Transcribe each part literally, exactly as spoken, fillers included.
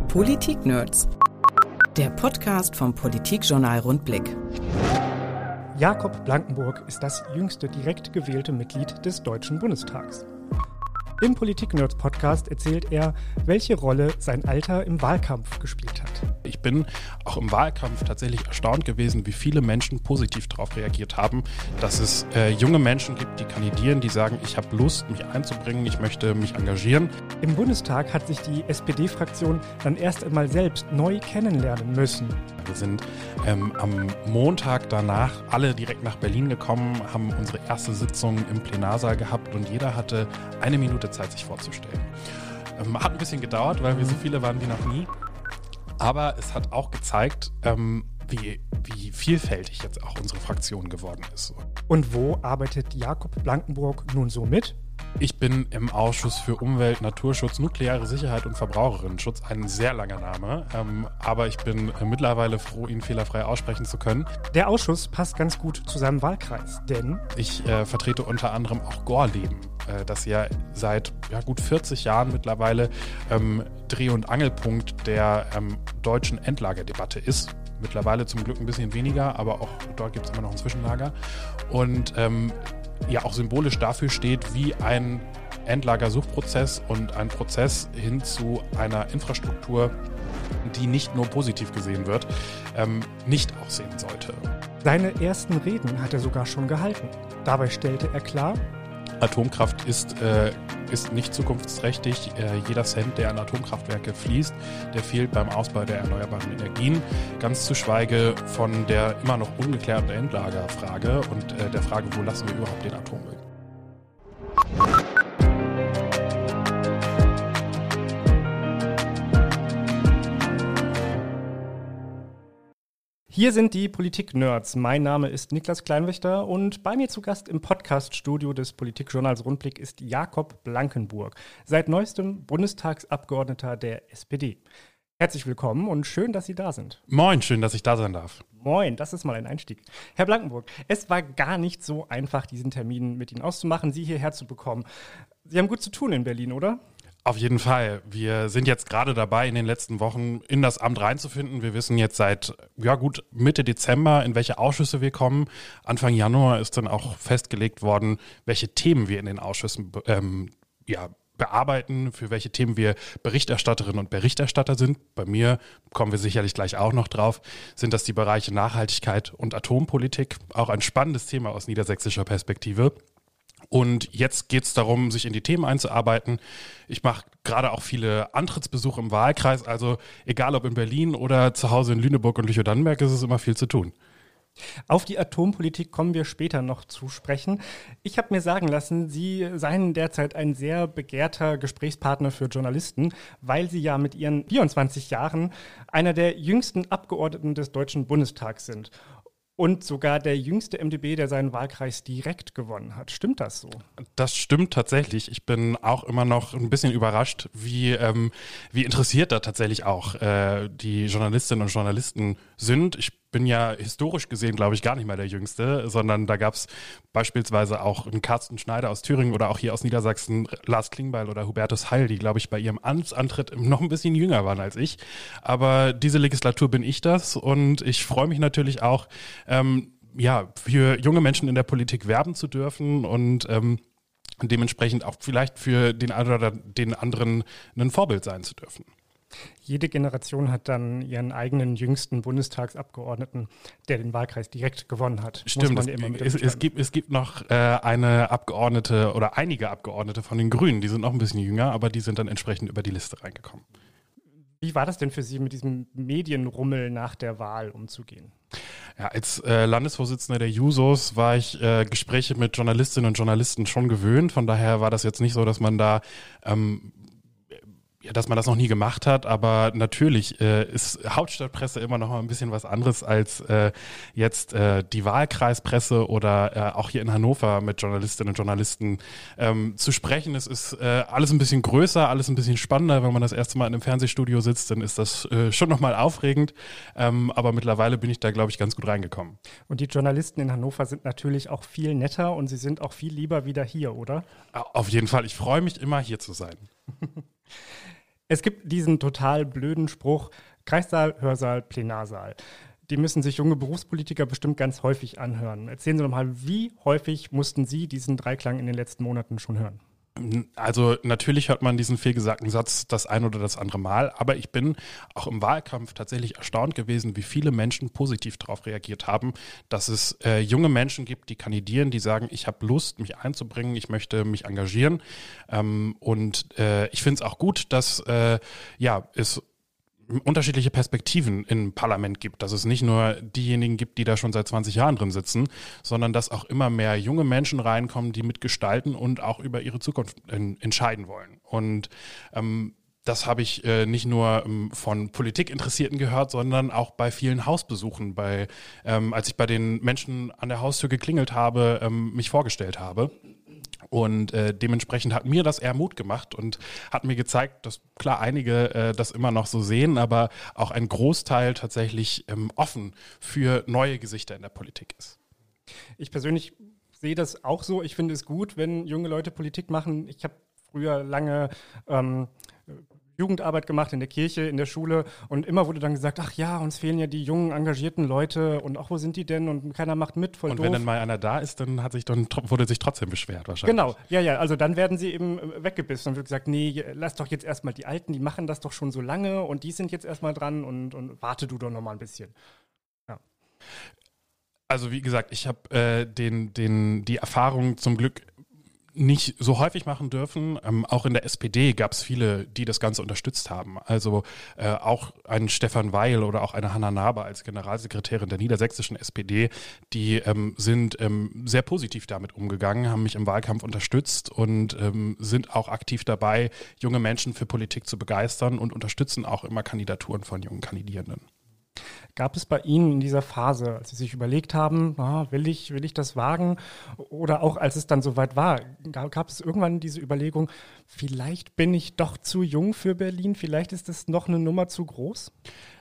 Politik-Nerds. Der Podcast vom Politikjournal Rundblick. Jakob Blankenburg ist das jüngste direkt gewählte Mitglied des Deutschen Bundestags. Im Politik-Nerds-Podcast erzählt er, welche Rolle sein Alter im Wahlkampf gespielt hat. Ich bin auch im Wahlkampf tatsächlich erstaunt gewesen, wie viele Menschen positiv darauf reagiert haben, dass es äh, junge Menschen gibt, die kandidieren, die sagen, ich habe Lust, mich einzubringen, ich möchte mich engagieren. Im Bundestag hat sich die S P D-Fraktion dann erst einmal selbst neu kennenlernen müssen. Wir sind ähm, am Montag danach alle direkt nach Berlin gekommen, haben unsere erste Sitzung im Plenarsaal gehabt und jeder hatte eine Minute Zeit, sich vorzustellen. Ähm, hat ein bisschen gedauert, weil wir so viele waren wie noch nie. Aber es hat auch gezeigt, ähm, wie, wie vielfältig jetzt auch unsere Fraktion geworden ist. Und wo arbeitet Jakob Blankenburg nun so mit? Ich bin im Ausschuss für Umwelt, Naturschutz, nukleare Sicherheit und Verbraucherinnenschutz. Ein sehr langer Name, ähm, aber ich bin äh, mittlerweile froh, ihn fehlerfrei aussprechen zu können. Der Ausschuss passt ganz gut zu seinem Wahlkreis, denn ich äh, vertrete unter anderem auch Gorleben, äh, das ja seit ja, gut vierzig Jahren mittlerweile ähm, Dreh- und Angelpunkt der ähm, deutschen Endlagerdebatte ist. Mittlerweile zum Glück ein bisschen weniger, aber auch dort gibt es immer noch ein Zwischenlager. Und ähm, ja auch symbolisch dafür steht, wie ein Endlagersuchprozess und ein Prozess hin zu einer Infrastruktur, die nicht nur positiv gesehen wird, ähm, nicht aussehen sollte. Seine ersten Reden hat er sogar schon gehalten. Dabei stellte er klar: Atomkraft ist, äh, ist nicht zukunftsträchtig. Äh, jeder Cent, der an Atomkraftwerke fließt, der fehlt beim Ausbau der erneuerbaren Energien. Ganz zu schweige von der immer noch ungeklärten Endlagerfrage und äh, der Frage, wo lassen wir überhaupt den Atommüll? Hier sind die Politik-Nerds. Mein Name ist Niklas Kleinwächter und bei mir zu Gast im Podcast-Studio des Politikjournals Rundblick ist Jakob Blankenburg, seit neuestem Bundestagsabgeordneter der S P D. Herzlich willkommen und schön, dass Sie da sind. Moin, schön, dass ich da sein darf. Moin, das ist mal ein Einstieg. Herr Blankenburg, es war gar nicht so einfach, diesen Termin mit Ihnen auszumachen, Sie hierher zu bekommen. Sie haben gut zu tun in Berlin, oder? Auf jeden Fall. Wir sind jetzt gerade dabei, in den letzten Wochen in das Amt reinzufinden. Wir wissen jetzt seit, ja gut, Mitte Dezember, in welche Ausschüsse wir kommen. Anfang Januar ist dann auch festgelegt worden, welche Themen wir in den Ausschüssen ähm, ja, bearbeiten, für welche Themen wir Berichterstatterinnen und Berichterstatter sind. Bei mir, kommen wir sicherlich gleich auch noch drauf, sind das die Bereiche Nachhaltigkeit und Atompolitik. Auch ein spannendes Thema aus niedersächsischer Perspektive. Und jetzt geht es darum, sich in die Themen einzuarbeiten. Ich mache gerade auch viele Antrittsbesuche im Wahlkreis. Also egal ob in Berlin oder zu Hause in Lüneburg und Lüchow-Dannenberg, ist es immer viel zu tun. Auf die Atompolitik kommen wir später noch zu sprechen. Ich habe mir sagen lassen, Sie seien derzeit ein sehr begehrter Gesprächspartner für Journalisten, weil Sie ja mit Ihren vierundzwanzig Jahren einer der jüngsten Abgeordneten des Deutschen Bundestags sind. Und sogar der jüngste M d B, der seinen Wahlkreis direkt gewonnen hat. Stimmt das so? Das stimmt tatsächlich. Ich bin auch immer noch ein bisschen überrascht, wie, ähm, wie interessiert da tatsächlich auch äh, die Journalistinnen und Journalisten sind. Ich bin ja historisch gesehen, glaube ich, gar nicht mehr der Jüngste, sondern da gab es beispielsweise auch einen Carsten Schneider aus Thüringen oder auch hier aus Niedersachsen Lars Klingbeil oder Hubertus Heil, die, glaube ich, bei ihrem Amtsantritt noch ein bisschen jünger waren als ich. Aber diese Legislatur bin ich das und ich freue mich natürlich auch, ähm, ja, für junge Menschen in der Politik werben zu dürfen und ähm, dementsprechend auch vielleicht für den einen oder den anderen ein Vorbild sein zu dürfen. Jede Generation hat dann ihren eigenen jüngsten Bundestagsabgeordneten, der den Wahlkreis direkt gewonnen hat. Stimmt, Muss man ja immer es, es, gibt, es gibt noch äh, eine Abgeordnete oder einige Abgeordnete von den Grünen, die sind noch ein bisschen jünger, aber die sind dann entsprechend über die Liste reingekommen. Wie war das denn für Sie, mit diesem Medienrummel nach der Wahl umzugehen? Ja, als äh, Landesvorsitzender der Jusos war ich äh, Gespräche mit Journalistinnen und Journalisten schon gewöhnt. Von daher war das jetzt nicht so, dass man da ähm, ja, dass man das noch nie gemacht hat, aber natürlich äh, ist Hauptstadtpresse immer noch mal ein bisschen was anderes als äh, jetzt äh, die Wahlkreispresse oder äh, auch hier in Hannover mit Journalistinnen und Journalisten ähm, zu sprechen. Es ist äh, alles ein bisschen größer, alles ein bisschen spannender. Wenn man das erste Mal in einem Fernsehstudio sitzt, dann ist das äh, schon nochmal aufregend, ähm, aber mittlerweile bin ich da, glaube ich, ganz gut reingekommen. Und die Journalisten in Hannover sind natürlich auch viel netter und sie sind auch viel lieber wieder hier, oder? Auf jeden Fall. Ich freue mich immer, hier zu sein. Es gibt diesen total blöden Spruch, Kreissaal, Hörsaal, Plenarsaal. Die müssen sich junge Berufspolitiker bestimmt ganz häufig anhören. Erzählen Sie doch mal, wie häufig mussten Sie diesen Dreiklang in den letzten Monaten schon hören? Also natürlich hört man diesen vielgesagten Satz das ein oder das andere Mal, aber ich bin auch im Wahlkampf tatsächlich erstaunt gewesen, wie viele Menschen positiv darauf reagiert haben, dass es äh, junge Menschen gibt, die kandidieren, die sagen, ich habe Lust, mich einzubringen, ich möchte mich engagieren. Ähm, und äh, ich finde es auch gut, dass äh, ja, es unterschiedliche Perspektiven im Parlament gibt, dass es nicht nur diejenigen gibt, die da schon seit zwanzig Jahren drin sitzen, sondern dass auch immer mehr junge Menschen reinkommen, die mitgestalten und auch über ihre Zukunft in, entscheiden wollen. Und ähm, das habe ich äh, nicht nur ähm, von Politikinteressierten gehört, sondern auch bei vielen Hausbesuchen, bei, ähm, als ich bei den Menschen an der Haustür geklingelt habe, ähm, mich vorgestellt habe. Und äh, dementsprechend hat mir das eher Mut gemacht und hat mir gezeigt, dass klar einige äh, das immer noch so sehen, aber auch ein Großteil tatsächlich ähm, offen für neue Gesichter in der Politik ist. Ich persönlich sehe das auch so. Ich finde es gut, wenn junge Leute Politik machen. Ich habe früher lange ähm, Jugendarbeit gemacht in der Kirche, in der Schule und immer wurde dann gesagt, ach ja, uns fehlen ja die jungen, engagierten Leute und auch, wo sind die denn und keiner macht mit, voll und doof. Und wenn dann mal einer da ist, dann hat sich dann, wurde sich trotzdem beschwert wahrscheinlich. Genau, ja, ja, also dann werden sie eben weggebissen und wird gesagt, nee, lass doch jetzt erstmal die Alten, die machen das doch schon so lange und die sind jetzt erstmal dran und, und warte du doch noch mal ein bisschen. Ja. Also wie gesagt, ich habe äh, den, den, die Erfahrung zum Glück nicht so häufig machen dürfen. Ähm, auch in der S P D gab es viele, die das Ganze unterstützt haben. Also äh, auch ein Stefan Weil oder auch eine Hanna Naber als Generalsekretärin der niedersächsischen S P D, die ähm, sind ähm, sehr positiv damit umgegangen, haben mich im Wahlkampf unterstützt und ähm, sind auch aktiv dabei, junge Menschen für Politik zu begeistern und unterstützen auch immer Kandidaturen von jungen Kandidierenden. Gab es bei Ihnen in dieser Phase, als Sie sich überlegt haben, ah, will ich, will ich das wagen? Oder auch als es dann soweit war, gab, gab es irgendwann diese Überlegung, vielleicht bin ich doch zu jung für Berlin, vielleicht ist das noch eine Nummer zu groß?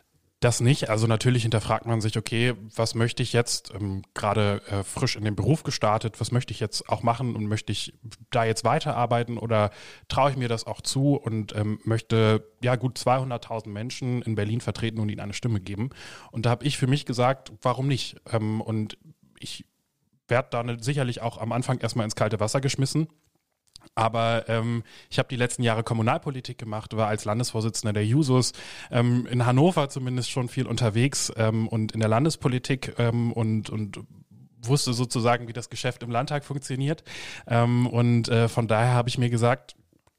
Das nicht. Also natürlich hinterfragt man sich, okay, was möchte ich jetzt, ähm, gerade äh, frisch in den Beruf gestartet, was möchte ich jetzt auch machen und möchte ich da jetzt weiterarbeiten oder traue ich mir das auch zu und ähm, möchte ja gut zweihunderttausend Menschen in Berlin vertreten und ihnen eine Stimme geben. Und da habe ich für mich gesagt, warum nicht? Ähm, und ich werde da ne, sicherlich auch am Anfang erstmal ins kalte Wasser geschmissen. Aber ähm, ich habe die letzten Jahre Kommunalpolitik gemacht, war als Landesvorsitzender der Jusos ähm, in Hannover zumindest schon viel unterwegs ähm, und in der Landespolitik ähm, und, und wusste sozusagen, wie das Geschäft im Landtag funktioniert. Ähm, und äh, von daher habe ich mir gesagt,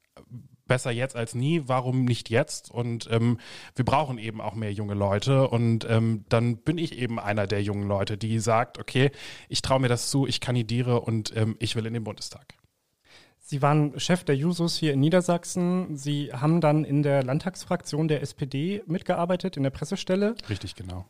besser jetzt als nie, warum nicht jetzt? Und ähm, wir brauchen eben auch mehr junge Leute und ähm, dann bin ich eben einer der jungen Leute, die sagt, okay, ich traue mir das zu, ich kandidiere und ähm, ich will in den Bundestag. Sie waren Chef der Jusos hier in Niedersachsen. Sie haben dann in der Landtagsfraktion der S P D mitgearbeitet, in der Pressestelle. Richtig, genau.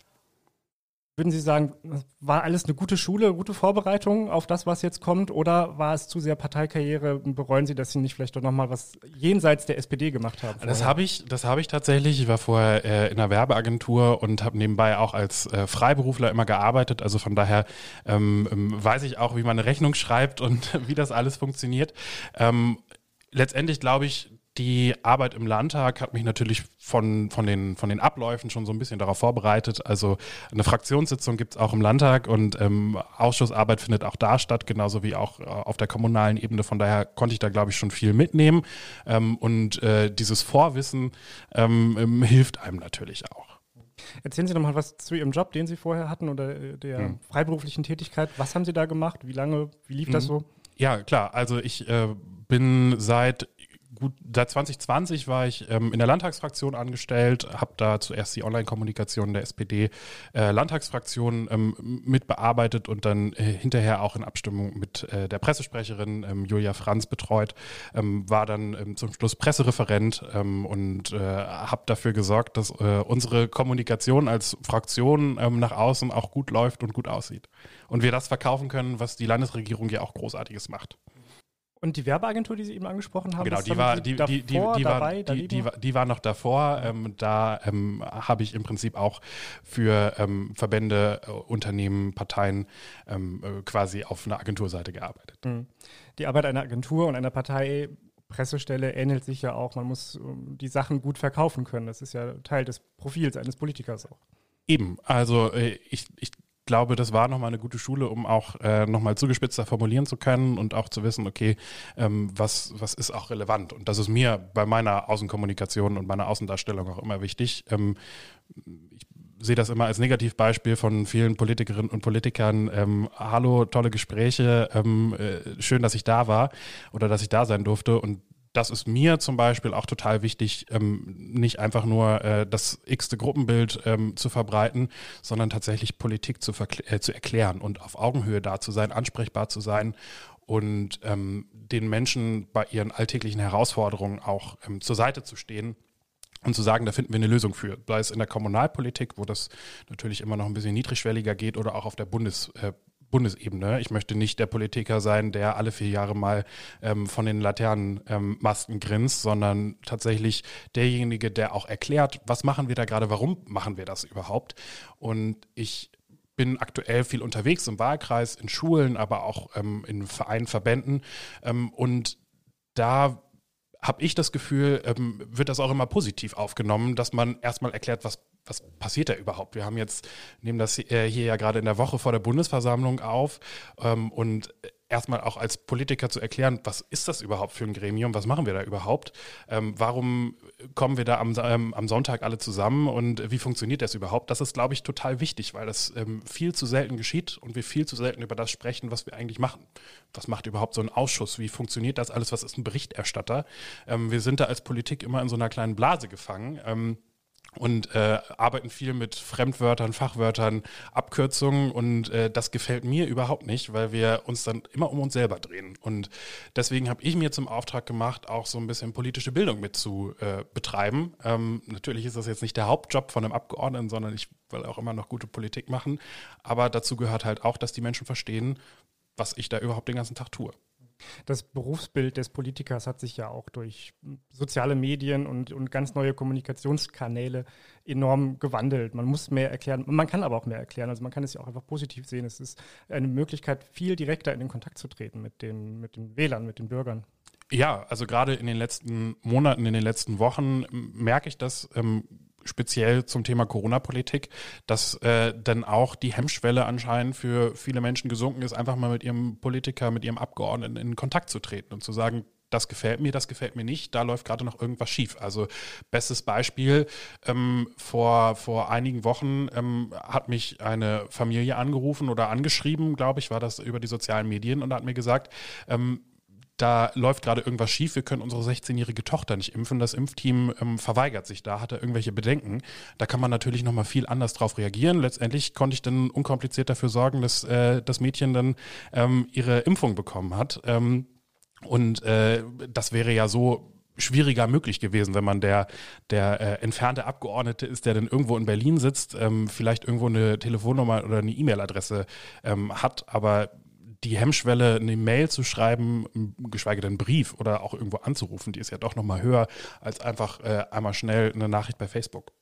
Würden Sie sagen, war alles eine gute Schule, gute Vorbereitung auf das, was jetzt kommt? Oder war es zu sehr Parteikarriere? Bereuen Sie, dass Sie nicht vielleicht doch nochmal was jenseits der S P D gemacht haben? Das habe ich, das habe ich tatsächlich. Ich war vorher äh, in einer Werbeagentur und habe nebenbei auch als äh, Freiberufler immer gearbeitet. Also von daher ähm, weiß ich auch, wie man eine Rechnung schreibt und wie das alles funktioniert. Ähm, letztendlich glaube ich, die Arbeit im Landtag hat mich natürlich von, von, den, von den Abläufen schon so ein bisschen darauf vorbereitet. Also eine Fraktionssitzung gibt es auch im Landtag und ähm, Ausschussarbeit findet auch da statt, genauso wie auch äh, auf der kommunalen Ebene. Von daher konnte ich da, glaube ich, schon viel mitnehmen. Ähm, und äh, dieses Vorwissen ähm, ähm, hilft einem natürlich auch. Erzählen Sie doch mal was zu Ihrem Job, den Sie vorher hatten oder der hm. freiberuflichen Tätigkeit. Was haben Sie da gemacht? Wie lange, wie lief hm. das so? Ja, klar. Also ich äh, bin seit Gut, seit zwanzig zwanzig war ich ähm, in der Landtagsfraktion angestellt, habe da zuerst die Online-Kommunikation der S P D-Landtagsfraktion äh, ähm, mitbearbeitet und dann äh, hinterher auch in Abstimmung mit äh, der Pressesprecherin ähm, Julia Franz betreut, ähm, war dann ähm, zum Schluss Pressereferent ähm, und äh, habe dafür gesorgt, dass äh, unsere Kommunikation als Fraktion ähm, nach außen auch gut läuft und gut aussieht. Und wir das verkaufen können, was die Landesregierung ja auch Großartiges macht. Und die Werbeagentur, die Sie eben angesprochen haben, genau, die war, die, die, die, die, war, die, die, war, die war noch davor. Ähm, da ähm, habe ich im Prinzip auch für ähm, Verbände, äh, Unternehmen, Parteien ähm, äh, quasi auf einer Agenturseite gearbeitet. Die Arbeit einer Agentur und einer Partei Pressestelle ähnelt sich ja auch, man muss ähm, die Sachen gut verkaufen können. Das ist ja Teil des Profils eines Politikers auch. Eben, also äh, ich, ich glaube, das war nochmal eine gute Schule, um auch äh, nochmal zugespitzter formulieren zu können und auch zu wissen, okay, ähm, was, was ist auch relevant. Und das ist mir bei meiner Außenkommunikation und meiner Außendarstellung auch immer wichtig. Ähm, ich sehe das immer als Negativbeispiel von vielen Politikerinnen und Politikern. Ähm, hallo, tolle Gespräche, ähm, äh, schön, dass ich da war oder dass ich da sein durfte. Und das ist mir zum Beispiel auch total wichtig, ähm, nicht einfach nur äh, das x-te Gruppenbild ähm, zu verbreiten, sondern tatsächlich Politik zu, äh, zu erklären und auf Augenhöhe da zu sein, ansprechbar zu sein und ähm, den Menschen bei ihren alltäglichen Herausforderungen auch ähm, zur Seite zu stehen. Und zu sagen, da finden wir eine Lösung für. Sei es in der Kommunalpolitik, wo das natürlich immer noch ein bisschen niedrigschwelliger geht, oder auch auf der Bundes, äh, Bundesebene. Ich möchte nicht der Politiker sein, der alle vier Jahre mal ähm, von den Laternenmasten ähm, grinst, sondern tatsächlich derjenige, der auch erklärt, was machen wir da gerade, warum machen wir das überhaupt. Und ich bin aktuell viel unterwegs im Wahlkreis, in Schulen, aber auch ähm, in Vereinen, Verbänden. Ähm, und da habe ich das Gefühl, ähm, wird das auch immer positiv aufgenommen, dass man erstmal erklärt, was, was passiert da überhaupt. Wir haben jetzt, nehmen das äh, hier ja gerade in der Woche vor der Bundesversammlung auf ähm, und erstmal auch als Politiker zu erklären, was ist das überhaupt für ein Gremium, was machen wir da überhaupt, ähm, warum kommen wir da am, ähm, am Sonntag alle zusammen und wie funktioniert das überhaupt? Das ist, glaube ich, total wichtig, weil das ähm, viel zu selten geschieht und wir viel zu selten über das sprechen, was wir eigentlich machen. Was macht überhaupt so ein Ausschuss? Wie funktioniert das alles? Was ist ein Berichterstatter? Ähm, wir sind da als Politik immer in so einer kleinen Blase gefangen. Ähm, und äh, arbeiten viel mit Fremdwörtern, Fachwörtern, Abkürzungen und äh, das gefällt mir überhaupt nicht, weil wir uns dann immer um uns selber drehen. Und deswegen habe ich mir zum Auftrag gemacht, auch so ein bisschen politische Bildung mit zu äh, betreiben. Ähm, natürlich ist das jetzt nicht der Hauptjob von einem Abgeordneten, sondern ich will auch immer noch gute Politik machen. Aber dazu gehört halt auch, dass die Menschen verstehen, was ich da überhaupt den ganzen Tag tue. Das Berufsbild des Politikers hat sich ja auch durch soziale Medien und, und ganz neue Kommunikationskanäle enorm gewandelt. Man muss mehr erklären, man kann aber auch mehr erklären. Also man kann es ja auch einfach positiv sehen. Es ist eine Möglichkeit, viel direkter in den Kontakt zu treten mit den, mit den Wählern, mit den Bürgern. Ja, also gerade in den letzten Monaten, in den letzten Wochen merke ich das ähm, speziell zum Thema Corona-Politik, dass äh, dann auch die Hemmschwelle anscheinend für viele Menschen gesunken ist, einfach mal mit ihrem Politiker, mit ihrem Abgeordneten in Kontakt zu treten und zu sagen, das gefällt mir, das gefällt mir nicht, da läuft gerade noch irgendwas schief. Also bestes Beispiel, ähm, vor, vor einigen Wochen ähm, hat mich eine Familie angerufen oder angeschrieben, glaube ich, war das über die sozialen Medien und hat mir gesagt, ähm, da läuft gerade irgendwas schief, wir können unsere sechzehnjährige Tochter nicht impfen, das Impfteam ähm, verweigert sich da, hat er irgendwelche Bedenken. Da kann man natürlich nochmal viel anders drauf reagieren. Letztendlich konnte ich dann unkompliziert dafür sorgen, dass äh, das Mädchen dann ähm, ihre Impfung bekommen hat. Ähm, und äh, das wäre ja so schwieriger möglich gewesen, wenn man der, der äh, entfernte Abgeordnete ist, der dann irgendwo in Berlin sitzt, ähm, vielleicht irgendwo eine Telefonnummer oder eine E-Mail-Adresse ähm, hat, aber die Hemmschwelle, eine Mail zu schreiben, geschweige denn einen Brief oder auch irgendwo anzurufen, die ist ja doch nochmal höher als einfach äh, einmal schnell eine Nachricht bei Facebook.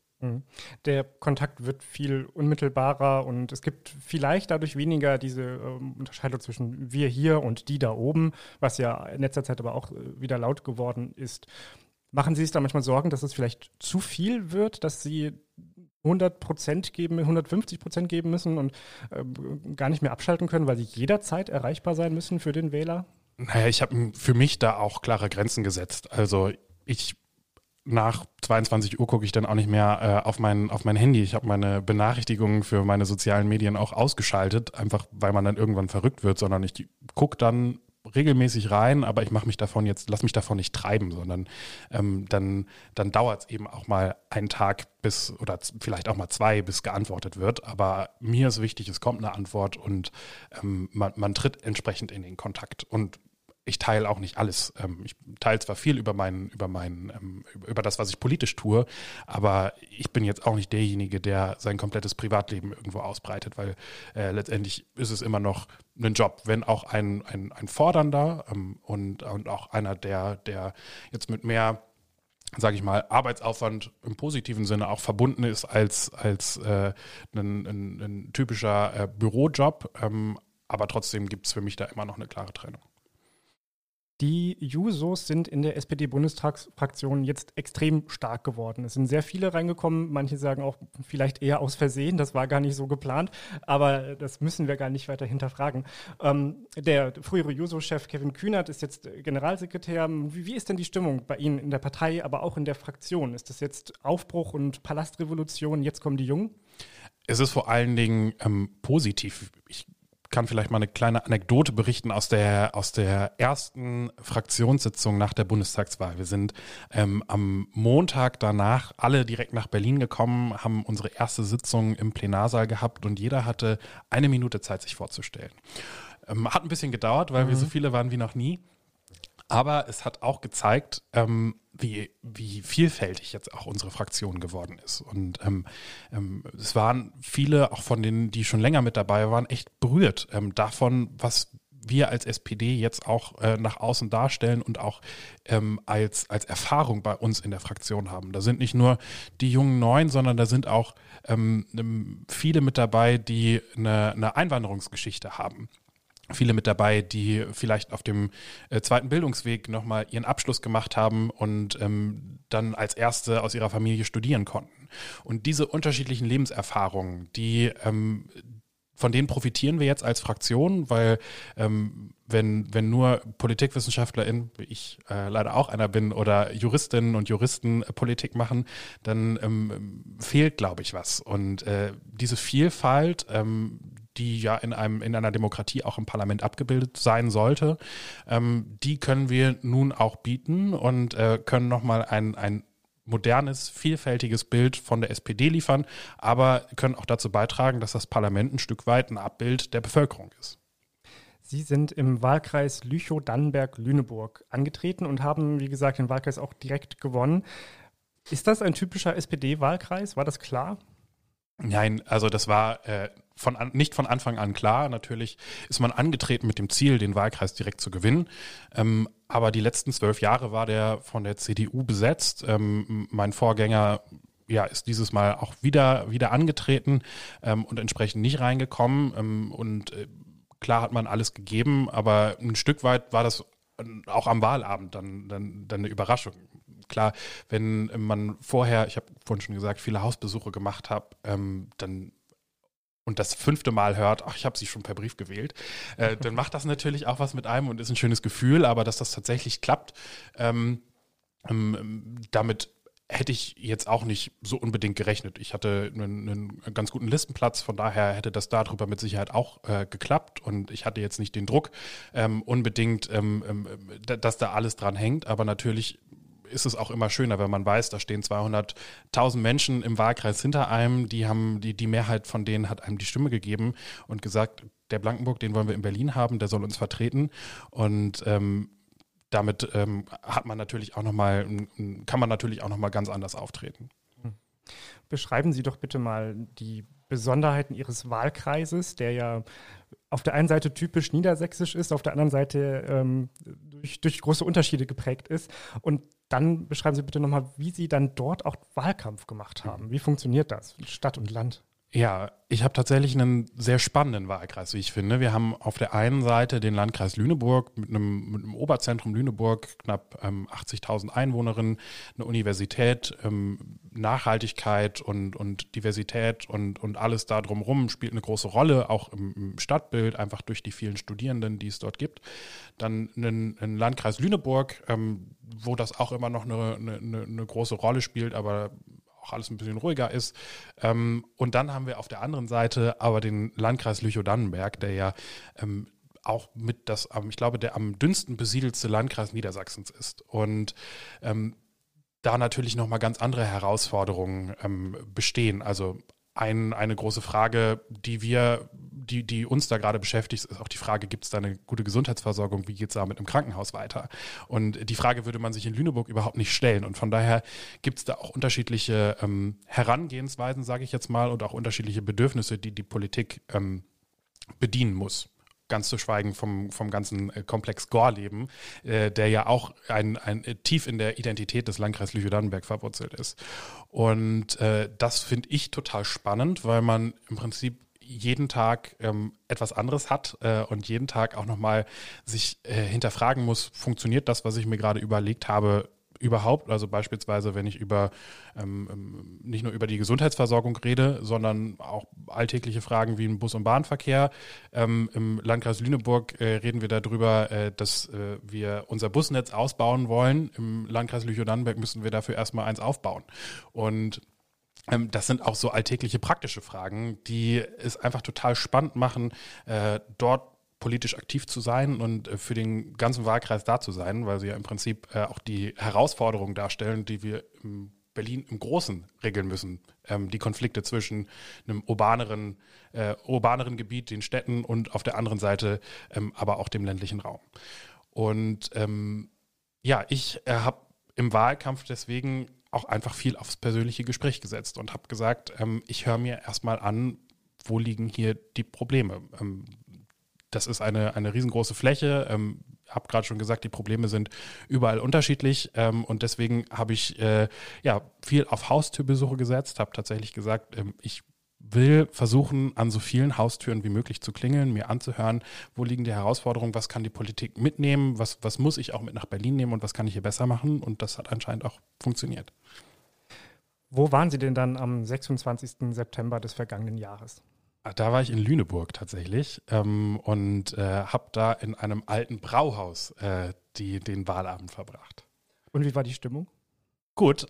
Der Kontakt wird viel unmittelbarer und es gibt vielleicht dadurch weniger diese ähm, Unterscheidung zwischen wir hier und die da oben, was ja in letzter Zeit aber auch äh, wieder laut geworden ist. Machen Sie sich da manchmal Sorgen, dass es vielleicht zu viel wird, dass Sie hundert Prozent geben, hundertfünfzig Prozent geben müssen und äh, gar nicht mehr abschalten können, weil sie jederzeit erreichbar sein müssen für den Wähler? Naja, ich habe für mich da auch klare Grenzen gesetzt. Also ich nach zweiundzwanzig Uhr gucke ich dann auch nicht mehr äh, auf mein, auf mein Handy. Ich habe meine Benachrichtigungen für meine sozialen Medien auch ausgeschaltet, einfach weil man dann irgendwann verrückt wird, sondern ich gucke dann regelmäßig rein, aber ich mache mich davon jetzt, lass mich davon nicht treiben, sondern ähm, dann, dann dauert es eben auch mal einen Tag bis oder z- vielleicht auch mal zwei, bis geantwortet wird. Aber mir ist wichtig, es kommt eine Antwort und ähm, man, man tritt entsprechend in den Kontakt. Und ich teile auch nicht alles. Ähm, ich teile zwar viel über meinen, über meinen, ähm, über das, was ich politisch tue, aber ich bin jetzt auch nicht derjenige, der sein komplettes Privatleben irgendwo ausbreitet, weil äh, letztendlich ist es immer noch ein Job, wenn auch ein, ein, ein fordernder ähm, und, und auch einer, der, der jetzt mit mehr, sage ich mal, Arbeitsaufwand im positiven Sinne auch verbunden ist als, als äh, ein, ein, ein typischer äh, Bürojob. Ähm, aber trotzdem gibt es für mich da immer noch eine klare Trennung. Die Jusos sind in der S P D-Bundestagsfraktion jetzt extrem stark geworden. Es sind sehr viele reingekommen. Manche sagen auch vielleicht eher aus Versehen. Das war gar nicht so geplant. Aber das müssen wir gar nicht weiter hinterfragen. Ähm, der frühere Juso-Chef Kevin Kühnert ist jetzt Generalsekretär. Wie, wie ist denn die Stimmung bei Ihnen in der Partei, aber auch in der Fraktion? Ist das jetzt Aufbruch und Palastrevolution? Jetzt kommen die Jungen? Es ist vor allen Dingen ähm, positiv. Ich kann vielleicht mal eine kleine Anekdote berichten aus der aus der ersten Fraktionssitzung nach der Bundestagswahl. Wir sind ähm, am Montag danach alle direkt nach Berlin gekommen, haben unsere erste Sitzung im Plenarsaal gehabt und jeder hatte eine Minute Zeit, sich vorzustellen. Ähm, hat ein bisschen gedauert, weil mhm. wir so viele waren wie noch nie. Aber es hat auch gezeigt, ähm, wie, wie vielfältig jetzt auch unsere Fraktion geworden ist. Und ähm, ähm, es waren viele, auch von denen, die schon länger mit dabei waren, echt berührt ähm, davon, was wir als S P D jetzt auch äh, nach außen darstellen und auch ähm, als, als Erfahrung bei uns in der Fraktion haben. Da sind nicht nur die jungen Neuen, sondern da sind auch ähm, viele mit dabei, die eine, eine Einwanderungsgeschichte haben. Viele mit dabei, die vielleicht auf dem äh, zweiten Bildungsweg nochmal ihren Abschluss gemacht haben und ähm, dann als Erste aus ihrer Familie studieren konnten. Und diese unterschiedlichen Lebenserfahrungen, die ähm, von denen profitieren wir jetzt als Fraktion, weil ähm, wenn, wenn nur PolitikwissenschaftlerInnen, wie ich äh, leider auch einer bin, oder Juristinnen und Juristen äh, Politik machen, dann ähm, fehlt, glaube ich, was. Und äh, diese Vielfalt, ähm, die ja in einem in einer Demokratie auch im Parlament abgebildet sein sollte, ähm, die können wir nun auch bieten und äh, können nochmal ein, ein modernes, vielfältiges Bild von der S P D liefern, aber können auch dazu beitragen, dass das Parlament ein Stück weit ein Abbild der Bevölkerung ist. Sie sind im Wahlkreis Lüchow-Dannenberg-Lüneburg angetreten und haben, wie gesagt, den Wahlkreis auch direkt gewonnen. Ist das ein typischer S P D-Wahlkreis? War das klar? Nein, also das war äh, von an, nicht von Anfang an klar. Natürlich ist man angetreten mit dem Ziel, den Wahlkreis direkt zu gewinnen. Ähm, aber die letzten zwölf Jahre war der von der C D U besetzt. Ähm, mein Vorgänger ja, ist dieses Mal auch wieder, wieder angetreten ähm, und entsprechend nicht reingekommen. Ähm, und äh, klar hat man alles gegeben, aber ein Stück weit war das auch am Wahlabend dann, dann, dann eine Überraschung. Klar, wenn man vorher, ich habe vorhin schon gesagt, viele Hausbesuche gemacht habe, ähm, dann und das fünfte Mal hört, ach, ich habe sie schon per Brief gewählt, äh, dann macht das natürlich auch was mit einem und ist ein schönes Gefühl, aber dass das tatsächlich klappt, ähm, ähm, damit hätte ich jetzt auch nicht so unbedingt gerechnet. Ich hatte einen, einen ganz guten Listenplatz, von daher hätte das darüber mit Sicherheit auch äh, geklappt und ich hatte jetzt nicht den Druck ähm, unbedingt, ähm, ähm, dass da alles dran hängt, aber natürlich ist es auch immer schöner, wenn man weiß, da stehen zweihunderttausend Menschen im Wahlkreis hinter einem, die haben, die, die Mehrheit von denen hat einem die Stimme gegeben und gesagt, der Blankenburg, den wollen wir in Berlin haben, der soll uns vertreten und ähm, damit ähm, hat man natürlich auch noch mal, kann man natürlich auch noch mal ganz anders auftreten. Beschreiben Sie doch bitte mal die Besonderheiten Ihres Wahlkreises, der ja auf der einen Seite typisch niedersächsisch ist, auf der anderen Seite ähm, durch, durch große Unterschiede geprägt ist. Und dann beschreiben Sie bitte nochmal, wie Sie dann dort auch Wahlkampf gemacht haben. Wie funktioniert das, Stadt und Land? Ja, ich habe tatsächlich einen sehr spannenden Wahlkreis, wie ich finde. Wir haben auf der einen Seite den Landkreis Lüneburg mit einem, mit einem Oberzentrum Lüneburg, knapp ähm, achtzigtausend Einwohnerinnen, eine Universität, ähm, Nachhaltigkeit und, und Diversität und, und alles da drumherum spielt eine große Rolle, auch im, im Stadtbild, einfach durch die vielen Studierenden, die es dort gibt. Dann einen, einen Landkreis Lüneburg, ähm, wo das auch immer noch eine, eine, eine große Rolle spielt, aber auch alles ein bisschen ruhiger ist. Ähm, und dann haben wir auf der anderen Seite aber den Landkreis Lüchow-Dannenberg, der ja ähm, auch mit das, ich glaube, der am dünnsten besiedelste Landkreis Niedersachsens ist. Und ähm, da natürlich nochmal ganz andere Herausforderungen ähm, bestehen. Also ein, eine große Frage, die wir, die, die uns da gerade beschäftigt, ist auch die Frage, gibt es da eine gute Gesundheitsversorgung, wie geht es da mit einem Krankenhaus weiter? Und die Frage würde man sich in Lüneburg überhaupt nicht stellen. Und von daher gibt es da auch unterschiedliche ähm, Herangehensweisen, sage ich jetzt mal, und auch unterschiedliche Bedürfnisse, die die Politik ähm, bedienen muss. Ganz zu schweigen vom, vom ganzen äh, Komplex Gorleben, äh, der ja auch ein, ein, äh, tief in der Identität des Landkreises Lüchow-Dannenberg verwurzelt ist. Und äh, das finde ich total spannend, weil man im Prinzip jeden Tag ähm, etwas anderes hat äh, und jeden Tag auch nochmal sich äh, hinterfragen muss, funktioniert das, was ich mir gerade überlegt habe, überhaupt? Also beispielsweise, wenn ich über ähm, nicht nur über die Gesundheitsversorgung rede, sondern auch alltägliche Fragen wie im Bus- und Bahnverkehr. Ähm, Im Landkreis Lüneburg äh, reden wir darüber, äh, dass äh, wir unser Busnetz ausbauen wollen. Im Landkreis Lüchow-Dannenberg müssen wir dafür erstmal eins aufbauen. Und ähm, das sind auch so alltägliche praktische Fragen, die es einfach total spannend machen, äh, dort politisch aktiv zu sein und für den ganzen Wahlkreis da zu sein, weil sie ja im Prinzip äh, auch die Herausforderungen darstellen, die wir in Berlin im Großen regeln müssen. Ähm, die Konflikte zwischen einem urbaneren, äh, urbaneren Gebiet, den Städten und auf der anderen Seite ähm, aber auch dem ländlichen Raum. Und ähm, ja, ich äh, habe im Wahlkampf deswegen auch einfach viel aufs persönliche Gespräch gesetzt und habe gesagt, ähm, ich höre mir erstmal an, wo liegen hier die Probleme. Ähm, Das ist eine, eine riesengroße Fläche. Ähm, habe gerade schon gesagt, die Probleme sind überall unterschiedlich. Ähm, und deswegen habe ich äh, ja viel auf Haustürbesuche gesetzt, habe tatsächlich gesagt, ähm, ich will versuchen, an so vielen Haustüren wie möglich zu klingeln, mir anzuhören, wo liegen die Herausforderungen, was kann die Politik mitnehmen, was, was muss ich auch mit nach Berlin nehmen und was kann ich hier besser machen. Und das hat anscheinend auch funktioniert. Wo waren Sie denn dann am sechsundzwanzigsten September des vergangenen Jahres? Da war ich in Lüneburg tatsächlich ähm, und äh, habe da in einem alten Brauhaus äh, die, den Wahlabend verbracht. Und wie war die Stimmung? Gut,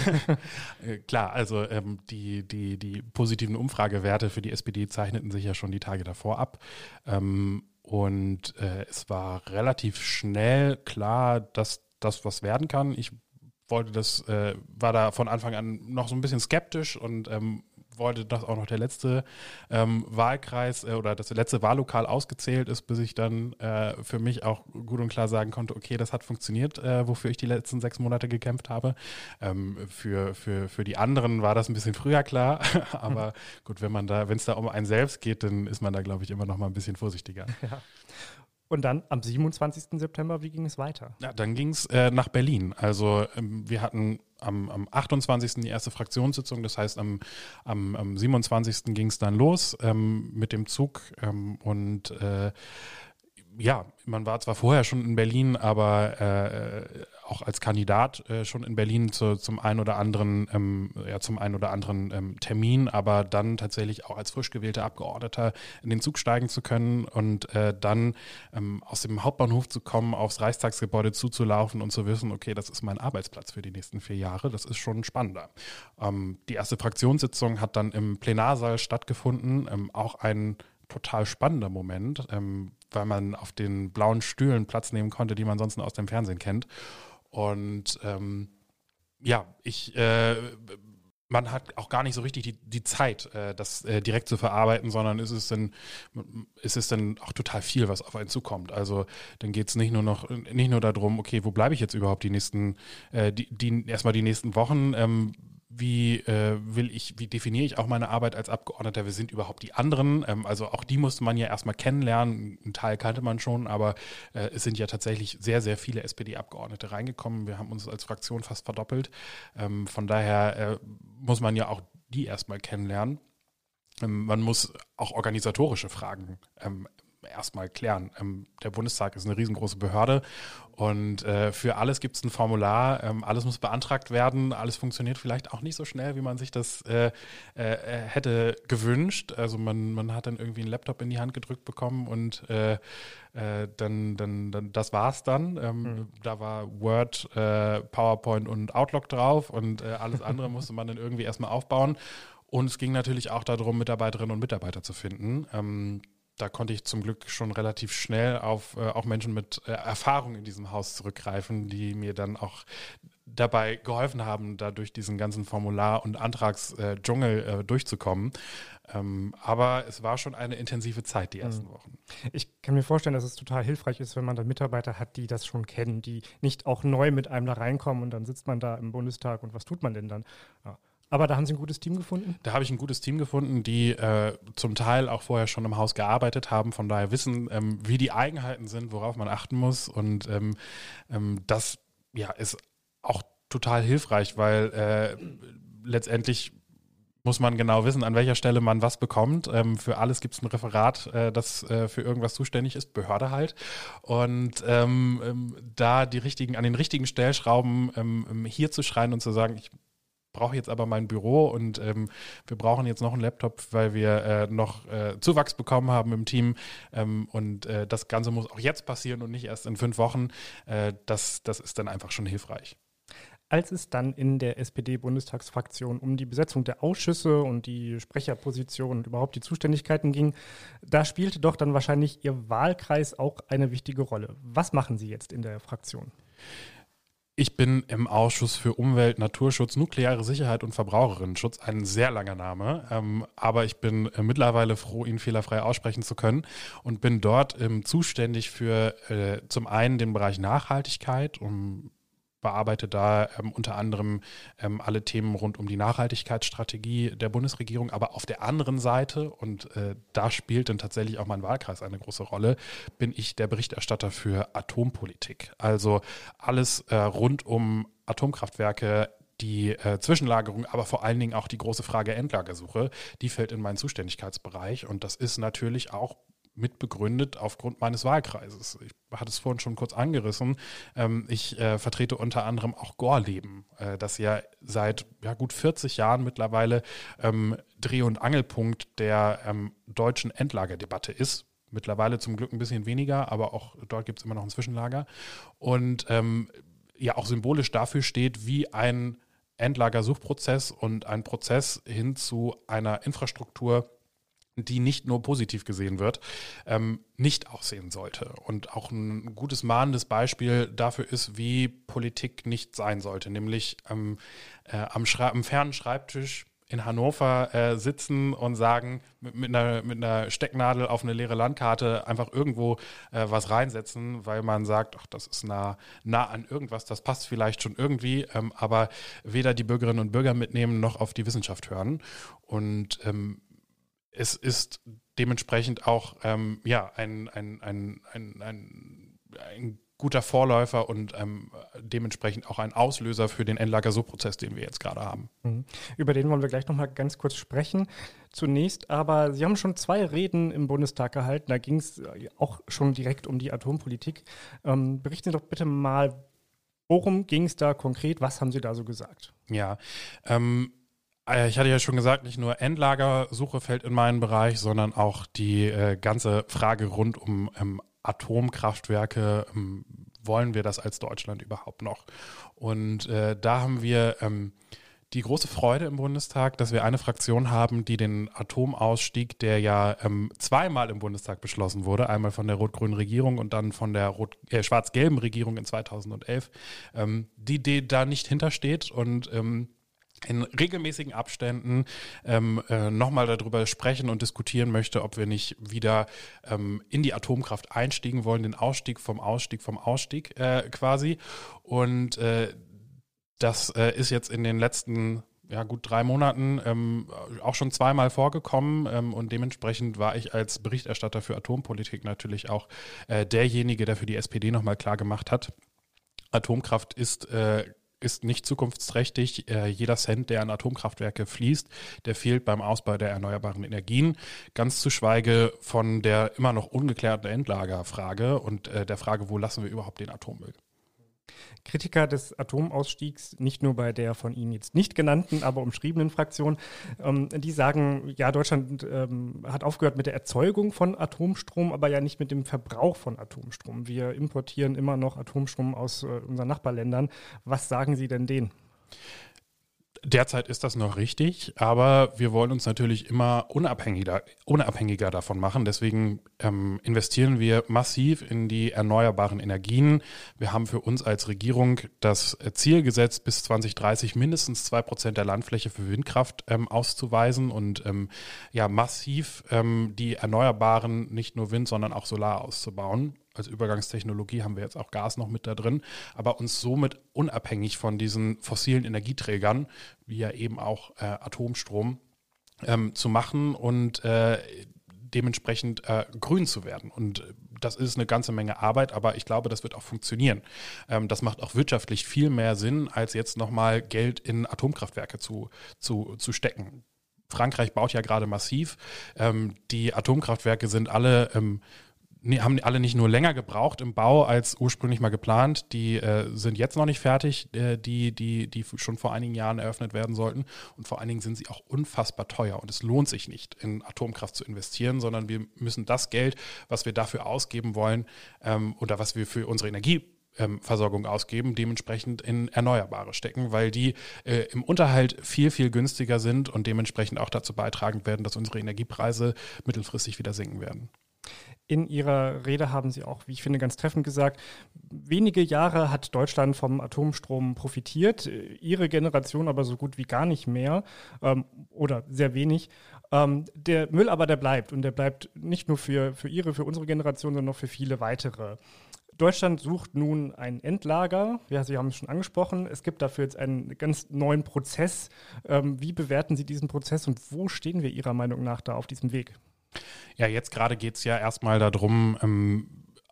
äh, klar, also ähm, die, die, die positiven Umfragewerte für die S P D zeichneten sich ja schon die Tage davor ab. Ähm, und äh, es war relativ schnell klar, dass das was werden kann. Ich wollte das, äh, war da von Anfang an noch so ein bisschen skeptisch und ähm, wollte, dass auch noch der letzte ähm, Wahlkreis äh, oder das letzte Wahllokal ausgezählt ist, bis ich dann äh, für mich auch gut und klar sagen konnte, okay, das hat funktioniert, äh, wofür ich die letzten sechs Monate gekämpft habe. Ähm, für, für, für die anderen war das ein bisschen früher klar, aber mhm. gut, wenn man da, wenn es da um einen selbst geht, dann ist man da, glaube ich, immer noch mal ein bisschen vorsichtiger. Ja. Und dann am siebenundzwanzigsten September, wie ging es weiter? Ja, dann ging es äh, nach Berlin. Also ähm, wir hatten am, am achtundzwanzigsten die erste Fraktionssitzung, das heißt am, am, am siebenundzwanzigsten ging es dann los ähm, mit dem Zug ähm, und äh, ja, man war zwar vorher schon in Berlin, aber äh, auch als Kandidat äh, schon in Berlin zu, zum einen oder anderen, ähm, ja, zum einen oder anderen ähm, Termin, aber dann tatsächlich auch als frisch gewählter Abgeordneter in den Zug steigen zu können und äh, dann ähm, aus dem Hauptbahnhof zu kommen, aufs Reichstagsgebäude zuzulaufen und zu wissen, okay, das ist mein Arbeitsplatz für die nächsten vier Jahre, das ist schon spannender. Ähm, die erste Fraktionssitzung hat dann im Plenarsaal stattgefunden, ähm, auch ein total spannender Moment, ähm, weil man auf den blauen Stühlen Platz nehmen konnte, die man sonst nur aus dem Fernsehen kennt. Und ähm, ja, ich, äh, man hat auch gar nicht so richtig die, die Zeit, äh, das äh, direkt zu verarbeiten, sondern ist es dann, ist es dann auch total viel, was auf einen zukommt. Also dann geht es nicht nur noch, nicht nur darum, okay, wo bleibe ich jetzt überhaupt die nächsten, äh, die, die erstmal die nächsten Wochen, ähm, Wie äh, will ich, wie definiere ich auch meine Arbeit als Abgeordneter? Wer sind überhaupt die anderen? Ähm, also auch die musste man ja erstmal kennenlernen. Einen Teil kannte man schon, aber äh, es sind ja tatsächlich sehr, sehr viele S P D-Abgeordnete reingekommen. Wir haben uns als Fraktion fast verdoppelt. Ähm, von daher äh, muss man ja auch die erstmal kennenlernen. Ähm, man muss auch organisatorische Fragen ähm, erstmal klären. Ähm, der Bundestag ist eine riesengroße Behörde und äh, für alles gibt es ein Formular, ähm, alles muss beantragt werden, alles funktioniert vielleicht auch nicht so schnell, wie man sich das äh, äh, hätte gewünscht. Also man, man hat dann irgendwie einen Laptop in die Hand gedrückt bekommen und äh, äh, dann, dann, dann das war's dann. Ähm, mhm. Da war Word, äh, PowerPoint und Outlook drauf und äh, alles andere musste man dann irgendwie erstmal aufbauen. Und es ging natürlich auch darum, Mitarbeiterinnen und Mitarbeiter zu finden. Ähm, Da konnte ich zum Glück schon relativ schnell auf äh, auch Menschen mit äh, Erfahrung in diesem Haus zurückgreifen, die mir dann auch dabei geholfen haben, da durch diesen ganzen Formular- und Antragsdschungel äh, äh, durchzukommen. Ähm, aber es war schon eine intensive Zeit, die ersten mhm. Wochen. Ich kann mir vorstellen, dass es total hilfreich ist, wenn man dann Mitarbeiter hat, die das schon kennen, die nicht auch neu mit einem da reinkommen und dann sitzt man da im Bundestag und was tut man denn dann? Ja. Aber da haben Sie ein gutes Team gefunden? Da habe ich ein gutes Team gefunden, die äh, zum Teil auch vorher schon im Haus gearbeitet haben, von daher wissen, ähm, wie die Eigenheiten sind, worauf man achten muss. Und ähm, ähm, das ja, ist auch total hilfreich, weil äh, letztendlich muss man genau wissen, an welcher Stelle man was bekommt. Ähm, für alles gibt es ein Referat, äh, das äh, für irgendwas zuständig ist, Behörde halt. Und ähm, ähm, da die richtigen, an den richtigen Stellschrauben ähm, hier zu schreien und zu sagen, ich brauche jetzt aber mein Büro und ähm, wir brauchen jetzt noch einen Laptop, weil wir äh, noch äh, Zuwachs bekommen haben im Team ähm, und äh, das Ganze muss auch jetzt passieren und nicht erst in fünf Wochen. Äh, das, das ist dann einfach schon hilfreich. Als es dann in der S P D-Bundestagsfraktion um die Besetzung der Ausschüsse und die Sprecherposition und überhaupt die Zuständigkeiten ging, da spielte doch dann wahrscheinlich Ihr Wahlkreis auch eine wichtige Rolle. Was machen Sie jetzt in der Fraktion? Ich bin im Ausschuss für Umwelt, Naturschutz, nukleare Sicherheit und Verbraucherinnenschutz, ein sehr langer Name, ähm, aber ich bin äh, mittlerweile froh, ihn fehlerfrei aussprechen zu können und bin dort ähm, zuständig für äh, zum einen den Bereich Nachhaltigkeit, um bearbeite da ähm, unter anderem ähm, alle Themen rund um die Nachhaltigkeitsstrategie der Bundesregierung, aber auf der anderen Seite, und äh, da spielt dann tatsächlich auch mein Wahlkreis eine große Rolle, bin ich der Berichterstatter für Atompolitik. Also alles äh, rund um Atomkraftwerke, die äh, Zwischenlagerung, aber vor allen Dingen auch die große Frage Endlagersuche, die fällt in meinen Zuständigkeitsbereich und das ist natürlich auch mit begründet aufgrund meines Wahlkreises. Ich hatte es vorhin schon kurz angerissen. Ähm, ich äh, vertrete unter anderem auch Gorleben, äh, das ja seit ja, gut vierzig Jahren mittlerweile ähm, Dreh- und Angelpunkt der ähm, deutschen Endlagerdebatte ist. Mittlerweile zum Glück ein bisschen weniger, aber auch dort gibt es immer noch ein Zwischenlager. Und ähm, ja auch symbolisch dafür steht, wie ein Endlagersuchprozess und ein Prozess hin zu einer Infrastruktur, die nicht nur positiv gesehen wird, ähm, nicht aussehen sollte. Und auch ein gutes mahnendes Beispiel dafür ist, wie Politik nicht sein sollte, nämlich ähm, äh, am, Schra- am fernen Schreibtisch in Hannover äh, sitzen und sagen, mit, mit, einer, mit einer Stecknadel auf eine leere Landkarte einfach irgendwo äh, was reinsetzen, weil man sagt, ach, das ist nah, nah an irgendwas, das passt vielleicht schon irgendwie, ähm, aber weder die Bürgerinnen und Bürger mitnehmen, noch auf die Wissenschaft hören. Und ähm, es ist dementsprechend auch ähm, ja, ein, ein, ein, ein, ein, ein guter Vorläufer und ähm, dementsprechend auch ein Auslöser für den Endlagersuchprozess, den wir jetzt gerade haben. Mhm. Über den wollen wir gleich nochmal ganz kurz sprechen. Zunächst aber, Sie haben schon zwei Reden im Bundestag gehalten, da ging es auch schon direkt um die Atompolitik. Ähm, berichten Sie doch bitte mal, worum ging es da konkret, was haben Sie da so gesagt? Ja, ähm, ich hatte ja schon gesagt, nicht nur Endlagersuche fällt in meinen Bereich, sondern auch die äh, ganze Frage rund um ähm, Atomkraftwerke. Ähm, wollen wir das als Deutschland überhaupt noch? Und äh, da haben wir ähm, die große Freude im Bundestag, dass wir eine Fraktion haben, die den Atomausstieg, der ja ähm, zweimal im Bundestag beschlossen wurde, einmal von der rot-grünen Regierung und dann von der rot- äh, schwarz-gelben Regierung in zweitausendelf, ähm, die, die da nicht hintersteht und ähm, in regelmäßigen Abständen ähm, äh, nochmal darüber sprechen und diskutieren möchte, ob wir nicht wieder ähm, in die Atomkraft einstiegen wollen, den Ausstieg vom Ausstieg vom Ausstieg äh, quasi. Und äh, das äh, ist jetzt in den letzten ja, gut drei Monaten ähm, auch schon zweimal vorgekommen ähm, und dementsprechend war ich als Berichterstatter für Atompolitik natürlich auch äh, derjenige, der für die S P D nochmal klar gemacht hat, Atomkraft ist äh, ist nicht zukunftsträchtig. Äh, jeder Cent, der an Atomkraftwerke fließt, der fehlt beim Ausbau der erneuerbaren Energien. Ganz zu schweige von der immer noch ungeklärten Endlagerfrage und äh, der Frage, wo lassen wir überhaupt den Atommüll? Kritiker des Atomausstiegs, nicht nur bei der von Ihnen jetzt nicht genannten, aber umschriebenen Fraktion, ähm, die sagen, ja, Deutschland ähm, hat aufgehört mit der Erzeugung von Atomstrom, aber ja nicht mit dem Verbrauch von Atomstrom. Wir importieren immer noch Atomstrom aus äh, unseren Nachbarländern. Was sagen Sie denn denen? Derzeit ist das noch richtig, aber wir wollen uns natürlich immer unabhängiger, unabhängiger davon machen. Deswegen ähm, investieren wir massiv in die erneuerbaren Energien. Wir haben für uns als Regierung das Ziel gesetzt, bis zwanzig dreißig mindestens zwei Prozent der Landfläche für Windkraft ähm, auszuweisen und ähm, ja massiv ähm, die erneuerbaren, nicht nur Wind, sondern auch Solar auszubauen. Als Übergangstechnologie haben wir jetzt auch Gas noch mit da drin, aber uns somit unabhängig von diesen fossilen Energieträgern, wie ja eben auch äh, Atomstrom, ähm, zu machen und äh, dementsprechend äh, grün zu werden. Und das ist eine ganze Menge Arbeit, aber ich glaube, das wird auch funktionieren. Ähm, das macht auch wirtschaftlich viel mehr Sinn, als jetzt nochmal Geld in Atomkraftwerke zu, zu, zu stecken. Frankreich baut ja gerade massiv. Ähm, die Atomkraftwerke sind alle ähm, haben alle nicht nur länger gebraucht im Bau als ursprünglich mal geplant. Die äh, sind jetzt noch nicht fertig, äh, die, die, die schon vor einigen Jahren eröffnet werden sollten. Und vor allen Dingen sind sie auch unfassbar teuer. Und es lohnt sich nicht, in Atomkraft zu investieren, sondern wir müssen das Geld, was wir dafür ausgeben wollen ähm, oder was wir für unsere Energieversorgung ausgeben, dementsprechend in Erneuerbare stecken, weil die äh, im Unterhalt viel, viel günstiger sind und dementsprechend auch dazu beitragen werden, dass unsere Energiepreise mittelfristig wieder sinken werden. In Ihrer Rede haben Sie auch, wie ich finde, ganz treffend gesagt, wenige Jahre hat Deutschland vom Atomstrom profitiert, Ihre Generation aber so gut wie gar nicht mehr ähm, oder sehr wenig. Ähm, der Müll aber, der bleibt und der bleibt nicht nur für, für Ihre, für unsere Generation, sondern auch für viele weitere. Deutschland sucht nun ein Endlager. Ja, Sie haben es schon angesprochen. Es gibt dafür jetzt einen ganz neuen Prozess. Ähm, wie bewerten Sie diesen Prozess und wo stehen wir Ihrer Meinung nach da auf diesem Weg? Ja, jetzt gerade geht es ja erstmal darum, ähm,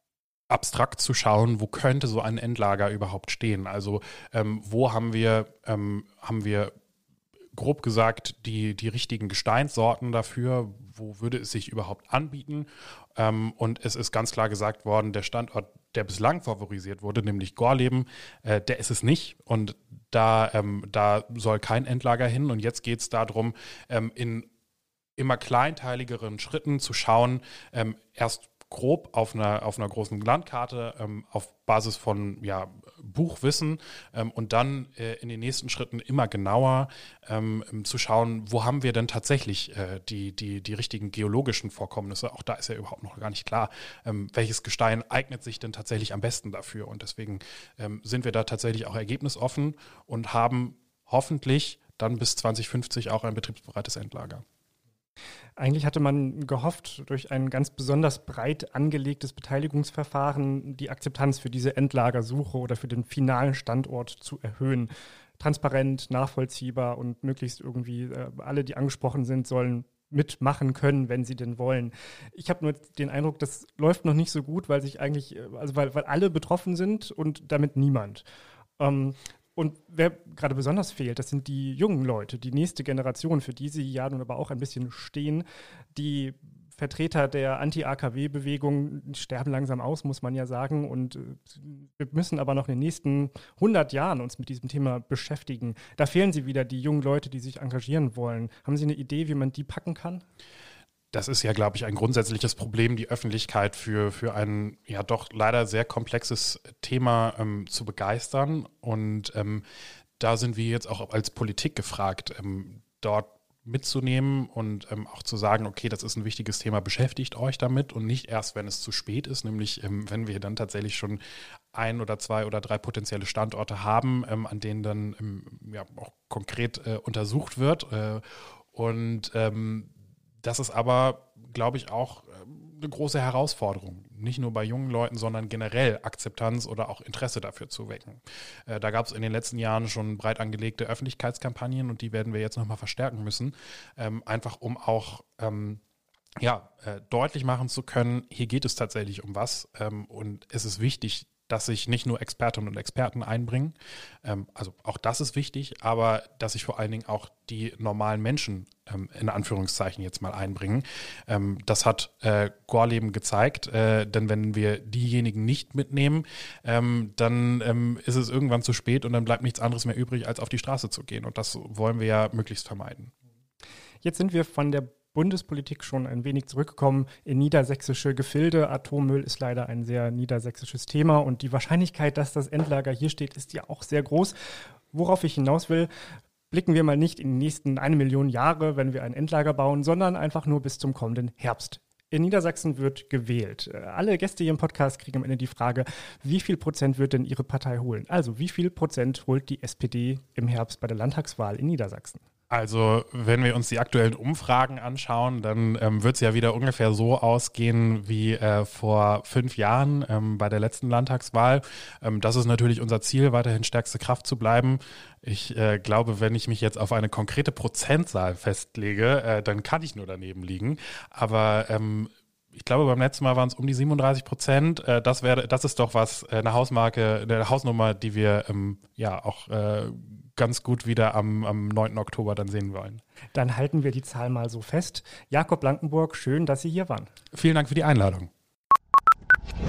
abstrakt zu schauen, wo könnte so ein Endlager überhaupt stehen. Also ähm, wo haben wir, ähm, haben wir grob gesagt die, die richtigen Gesteinssorten dafür, wo würde es sich überhaupt anbieten. Ähm, und es ist ganz klar gesagt worden, der Standort, der bislang favorisiert wurde, nämlich Gorleben, äh, der ist es nicht. Und da, ähm, da soll kein Endlager hin. Und jetzt geht es darum, ähm, in immer kleinteiligeren Schritten zu schauen, ähm, erst grob auf einer, auf einer großen Landkarte, ähm, auf Basis von ja, Buchwissen ähm, und dann äh, in den nächsten Schritten immer genauer ähm, zu schauen, wo haben wir denn tatsächlich äh, die, die, die richtigen geologischen Vorkommnisse. Auch da ist ja überhaupt noch gar nicht klar, ähm, welches Gestein eignet sich denn tatsächlich am besten dafür. Und deswegen ähm, sind wir da tatsächlich auch ergebnisoffen und haben hoffentlich dann bis zwanzig fünfzig auch ein betriebsbereites Endlager. Eigentlich hatte man gehofft, durch ein ganz besonders breit angelegtes Beteiligungsverfahren die Akzeptanz für diese Endlagersuche oder für den finalen Standort zu erhöhen. Transparent, nachvollziehbar und möglichst irgendwie äh, alle, die angesprochen sind, sollen mitmachen können, wenn sie denn wollen. Ich habe nur den Eindruck, das läuft noch nicht so gut, weil sich eigentlich, also weil, weil alle betroffen sind und damit niemand. Ähm, Und wer gerade besonders fehlt, das sind die jungen Leute, die nächste Generation, für die sie ja nun aber auch ein bisschen stehen. Die Vertreter der Anti-A K W-Bewegung sterben langsam aus, muss man ja sagen. Und wir müssen aber noch in den nächsten hundert Jahren uns mit diesem Thema beschäftigen. Da fehlen sie wieder, die jungen Leute, die sich engagieren wollen. Haben Sie eine Idee, wie man die packen kann? Das ist ja, glaube ich, ein grundsätzliches Problem, die Öffentlichkeit für, für ein ja doch leider sehr komplexes Thema ähm, zu begeistern. Und ähm, da sind wir jetzt auch als Politik gefragt, ähm, dort mitzunehmen und ähm, auch zu sagen, okay, das ist ein wichtiges Thema, beschäftigt euch damit und nicht erst, wenn es zu spät ist, nämlich ähm, wenn wir dann tatsächlich schon ein oder zwei oder drei potenzielle Standorte haben, ähm, an denen dann ähm, ja auch konkret äh, untersucht wird. Äh, und ähm, Das ist aber, glaube ich, auch eine große Herausforderung. Nicht nur bei jungen Leuten, sondern generell Akzeptanz oder auch Interesse dafür zu wecken. Äh, da gab es in den letzten Jahren schon breit angelegte Öffentlichkeitskampagnen und die werden wir jetzt nochmal verstärken müssen. Ähm, einfach um auch ähm, ja, äh, deutlich machen zu können, hier geht es tatsächlich um was ähm, und es ist wichtig, dass sich nicht nur Expertinnen und Experten einbringen, ähm, also auch das ist wichtig, aber dass sich vor allen Dingen auch die normalen Menschen ähm, in Anführungszeichen jetzt mal einbringen. Ähm, das hat äh, Gorleben gezeigt, äh, denn wenn wir diejenigen nicht mitnehmen, ähm, dann ähm, ist es irgendwann zu spät und dann bleibt nichts anderes mehr übrig, als auf die Straße zu gehen und das wollen wir ja möglichst vermeiden. Jetzt sind wir von der Bundespolitik schon ein wenig zurückgekommen in niedersächsische Gefilde. Atommüll ist leider ein sehr niedersächsisches Thema und die Wahrscheinlichkeit, dass das Endlager hier steht, ist ja auch sehr groß. Worauf ich hinaus will, blicken wir mal nicht in die nächsten eine Million Jahre, wenn wir ein Endlager bauen, sondern einfach nur bis zum kommenden Herbst. In Niedersachsen wird gewählt. Alle Gäste hier im Podcast kriegen am Ende die Frage, wie viel Prozent wird denn Ihre Partei holen? Also wie viel Prozent holt die S P D im Herbst bei der Landtagswahl in Niedersachsen? Also wenn wir uns die aktuellen Umfragen anschauen, dann ähm, wird es ja wieder ungefähr so ausgehen wie äh, vor fünf Jahren ähm, bei der letzten Landtagswahl. Ähm, das ist natürlich unser Ziel, weiterhin stärkste Kraft zu bleiben. Ich äh, glaube, wenn ich mich jetzt auf eine konkrete Prozentzahl festlege, äh, dann kann ich nur daneben liegen. Aber ähm, ich glaube, beim letzten Mal waren es um die siebenunddreißig Prozent. Äh, das wäre, das ist doch was, äh, eine Hausmarke, eine Hausnummer, die wir ähm, ja auch äh, ganz gut wieder am, am neunten Oktober dann sehen wollen. Dann halten wir die Zahl mal so fest. Jakob Blankenburg, schön, dass Sie hier waren. Vielen Dank für die Einladung.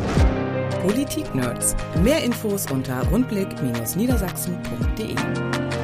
Politik-Nerds. Mehr Infos unter rundblick Bindestrich niedersachsen punkt de.